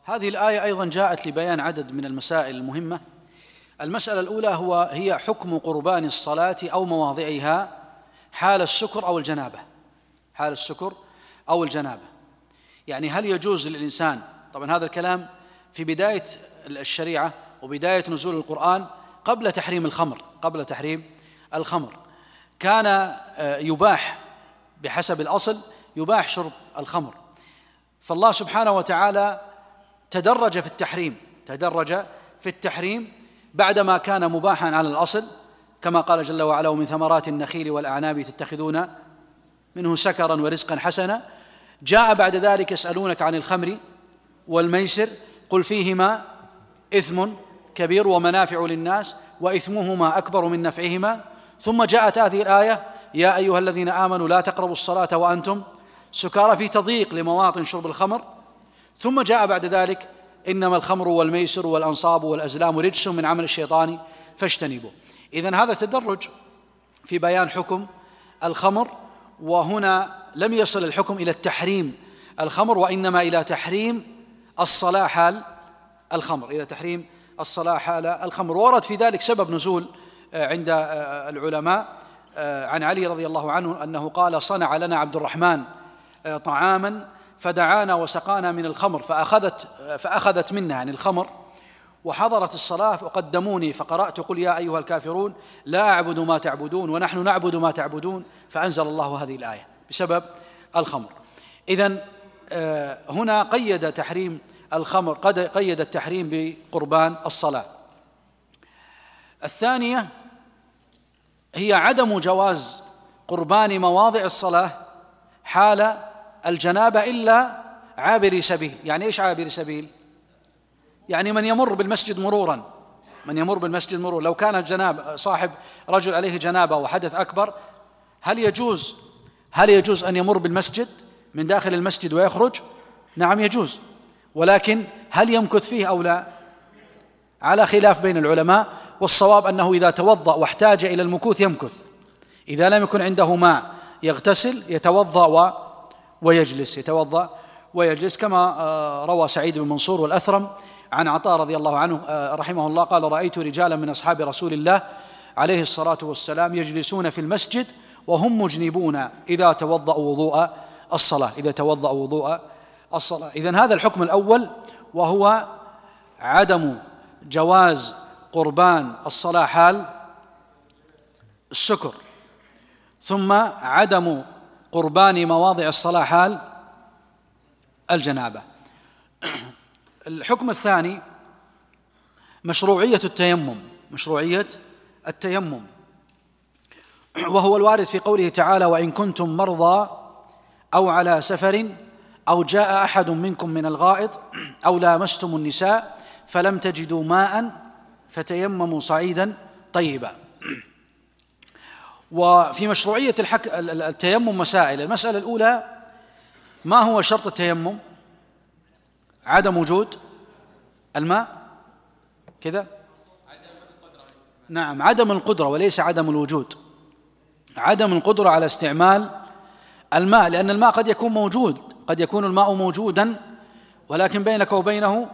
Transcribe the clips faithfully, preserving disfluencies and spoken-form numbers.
هذه الآية أيضا جاءت لبيان عدد من المسائل المهمة. المسألة الأولى هو هي حكم قربان الصلاة أو مواضعها حال السكر أو الجنابة. حال السكر أو الجنابة، يعني هل يجوز للإنسان، طبعا هذا الكلام في بداية الشريعة وبداية نزول القرآن قبل تحريم الخمر، قبل تحريم الخمر كان يباح بحسب الأصل يباح شرب الخمر، فالله سبحانه وتعالى تدرج في التحريم تدرج في التحريم بعدما كان مباحا على الأصل، كما قال جل وعلا: ومن ثمرات النخيل والأعناب تتخذون منه سكرا ورزقا حسنا. جاء بعد ذلك: يسألونك عن الخمر والميسر قل فيهما إثم كبير ومنافع للناس وإثمهما أكبر من نفعهما. ثم جاءت هذه الآية: يا أيها الذين آمنوا لا تقربوا الصلاة وأنتم سكارى، في تضييق لمواطن شرب الخمر. ثم جاء بعد ذلك: إنما الخمر والميسر والأنصاب والأزلام رجس من عمل الشيطان فاجتنبوه. إذن هذا تدرج في بيان حكم الخمر، وهنا لم يصل الحكم إلى التحريم الخمر، وإنما إلى تحريم الصلاة حال الخمر، إلى تحريم الصلاة حال الخمر. ورد في ذلك سبب نزول عند العلماء عن علي رضي الله عنه أنه قال: صنع لنا عبد الرحمن طعاما فدعانا وسقانا من الخمر فأخذت, فأخذت منا يعني الخمر، وحضرت الصلاة فقدموني فقرأت: قل يا أيها الكافرون لا أعبد ما تعبدون ونحن نعبد ما تعبدون، فأنزل الله هذه الآية بسبب الخمر. إذن هنا قيد تحريم الخمر قد قيد التحريم بقربان الصلاة. الثانية هي عدم جواز قربان مواضع الصلاة حال الجنابة إلا عابر سبيل. يعني إيش عابر سبيل؟ يعني من يمر بالمسجد مرورا، من يمر بالمسجد مرورا. لو كان الجناب صاحب رجل عليه جنابة وحدث أكبر، هل يجوز هل يجوز أن يمر بالمسجد من داخل المسجد ويخرج؟ نعم يجوز، ولكن هل يمكث فيه أو لا؟ على خلاف بين العلماء، والصواب أنه إذا توضأ واحتاج إلى المكوث يمكث، إذا لم يكن عنده ماء يغتسل يتوضأ و ويجلس يتوضأ ويجلس كما روى سعيد بن منصور والأثرم عن عطاء رضي الله عنه رحمه الله قال: رأيت رجالا من أصحاب رسول الله عليه الصلاة والسلام يجلسون في المسجد وهم مجنبون إذا توضأوا وضوء الصلاة إذا توضأوا وضوء الصلاة. إذن هذا الحكم الأول، وهو عدم جواز قربان الصلاة حال السكر. ثم عدم قربان مواضع الصلاة حال الجنابة. الحكم الثاني مشروعية التيمم مشروعية التيمم وهو الوارد في قوله تعالى: وإن كنتم مرضى أو على سفر أو جاء أحد منكم من الغائط أو لامستم النساء فلم تجدوا ماء فتيمموا صعيدا طيبا. وفي مشروعية الحك... التيمم مسائل. المسألة الأولى: ما هو شرط التيمم؟ عدم وجود الماء كذا؟ نعم، عدم القدرة وليس عدم الوجود، عدم القدرة على استعمال الماء، لأن الماء قد يكون موجود، قد يكون الماء موجودا ولكن بينك وبينه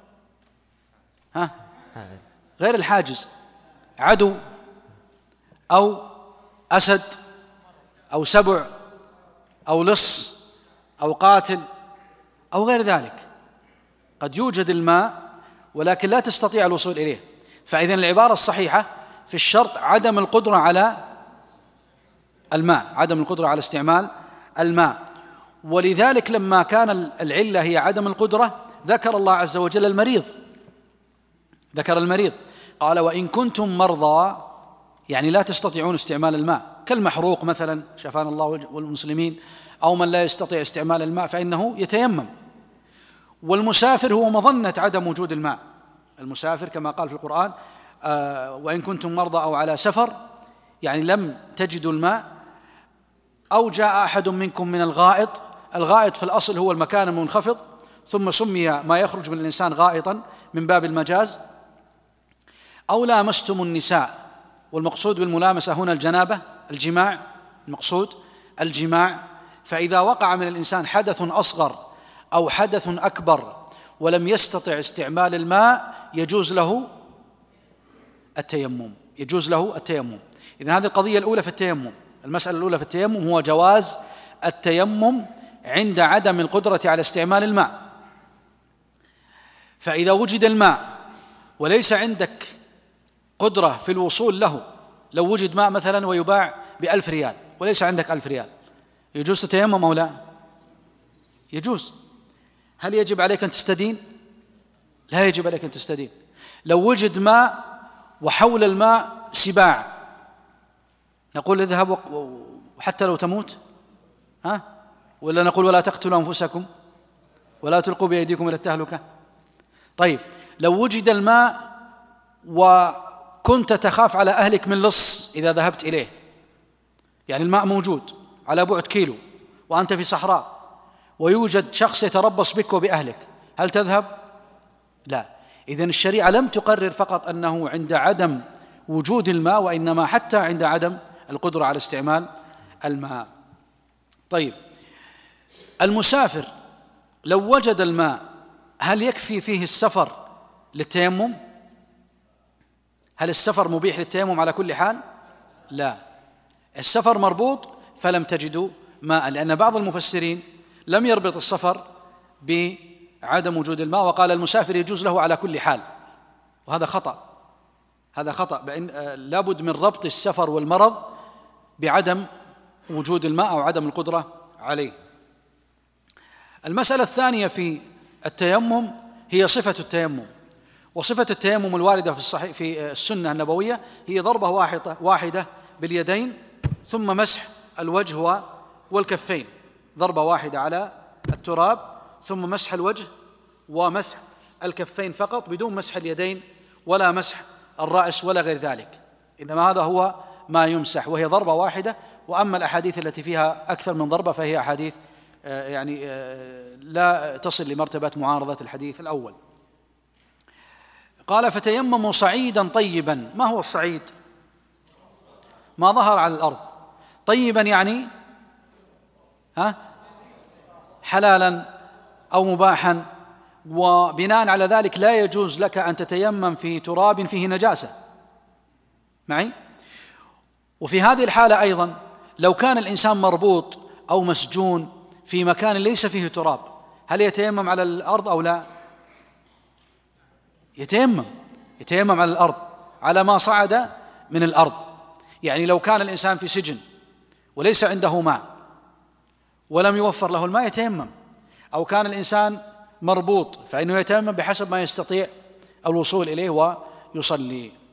ها غير الحاجز، عدو أو أسد أو سبع أو لص أو قاتل أو غير ذلك. قد يوجد الماء ولكن لا تستطيع الوصول إليه. فإذن العبارة الصحيحة في الشرط عدم القدرة على الماء، عدم القدرة على استعمال الماء. ولذلك لما كان العلة هي عدم القدرة ذكر الله عز وجل المريض، ذكر المريض قال: وإن كنتم مرضى، يعني لا تستطيعون استعمال الماء، كالمحروق مثلا شفانا الله والمسلمين، أو من لا يستطيع استعمال الماء فإنه يتيمم. والمسافر هو مظنة عدم وجود الماء، المسافر كما قال في القرآن: آه وإن كنتم مرضى أو على سفر، يعني لم تجدوا الماء. أو جاء أحد منكم من الغائط، الغائط في الأصل هو المكان المنخفض، ثم سمي ما يخرج من الإنسان غائطا من باب المجاز. أو لامستم النساء، والمقصود بالملامسة هنا الجنابة، الجماع، المقصود الجماع. فإذا وقع من الإنسان حدث أصغر أو حدث أكبر ولم يستطع استعمال الماء يجوز له التيمم، يجوز له التيمم. إذن هذه القضية الأولى في التيمم. المسألة الأولى في التيمم هو جواز التيمم عند عدم القدرة على استعمال الماء. فإذا وجد الماء وليس عندك قدرة في الوصول له، لو وجد ماء مثلا ويباع بألف ريال وليس عندك ألف ريال، يجوز تتيمم أو لا؟ يجوز. هل يجب عليك أن تستدين؟ لا يجب عليك أن تستدين. لو وجد ماء وحول الماء سباع، نقول اذهب وحتى لو تموت؟ ها؟ ولا نقول ولا تقتلوا أنفسكم ولا تلقوا بأيديكم إلى التهلكة؟ طيب، لو وجد الماء وكنت تخاف على أهلك من لص إذا ذهبت إليه، يعني الماء موجود على بعد كيلو وأنت في صحراء ويوجد شخص يتربص بك وبأهلك، هل تذهب؟ لا. إذن الشريعة لم تقرر فقط أنه عند عدم وجود الماء، وإنما حتى عند عدم القدرة على استعمال الماء. طيب، المسافر لو وجد الماء هل يكفي فيه السفر للتيمم؟ هل السفر مبيح للتيمم على كل حال؟ لا، السفر مربوط فلم تجدوا ماء، لأن بعض المفسرين لم يربط السفر بعدم وجود الماء وقال المسافر يجوز له على كل حال، وهذا خطأ. هذا خطأ، بأن لابد من ربط السفر والمرض بعدم وجود الماء أو عدم القدرة عليه. المسألة الثانية في التيمم هي صفة التيمم. وصفة التيمم الواردة في الصحيح في السنة النبوية هي ضربة واحدة واحدة باليدين ثم مسح الوجه والكفين، ضربة واحدة على التراب ثم مسح الوجه ومسح الكفين فقط بدون مسح اليدين ولا مسح الرأس ولا غير ذلك، إنما هذا هو ما يمسح، وهي ضربة واحدة. وأما الأحاديث التي فيها أكثر من ضربة فهي أحاديث يعني لا تصل لمرتبة معارضة الحديث الأول. قال فتيمموا صعيدا طيبا. ما هو الصعيد؟ ما ظهر على الأرض. طيبا يعني ها حلالا أو مباحا، وبناء على ذلك لا يجوز لك أن تتيمم في تراب فيه نجاسة معي. وفي هذه الحالة أيضا لو كان الإنسان مربوط أو مسجون في مكان ليس فيه تراب، هل يتيمم على الأرض أو لا؟ يتيمم يتيمم على الأرض على ما صعد من الأرض. يعني لو كان الإنسان في سجن وليس عنده ماء ولم يوفر له الماء يتيمم، أو كان الإنسان مربوط فإنه يتيمم بحسب ما يستطيع الوصول إليه ويصلي.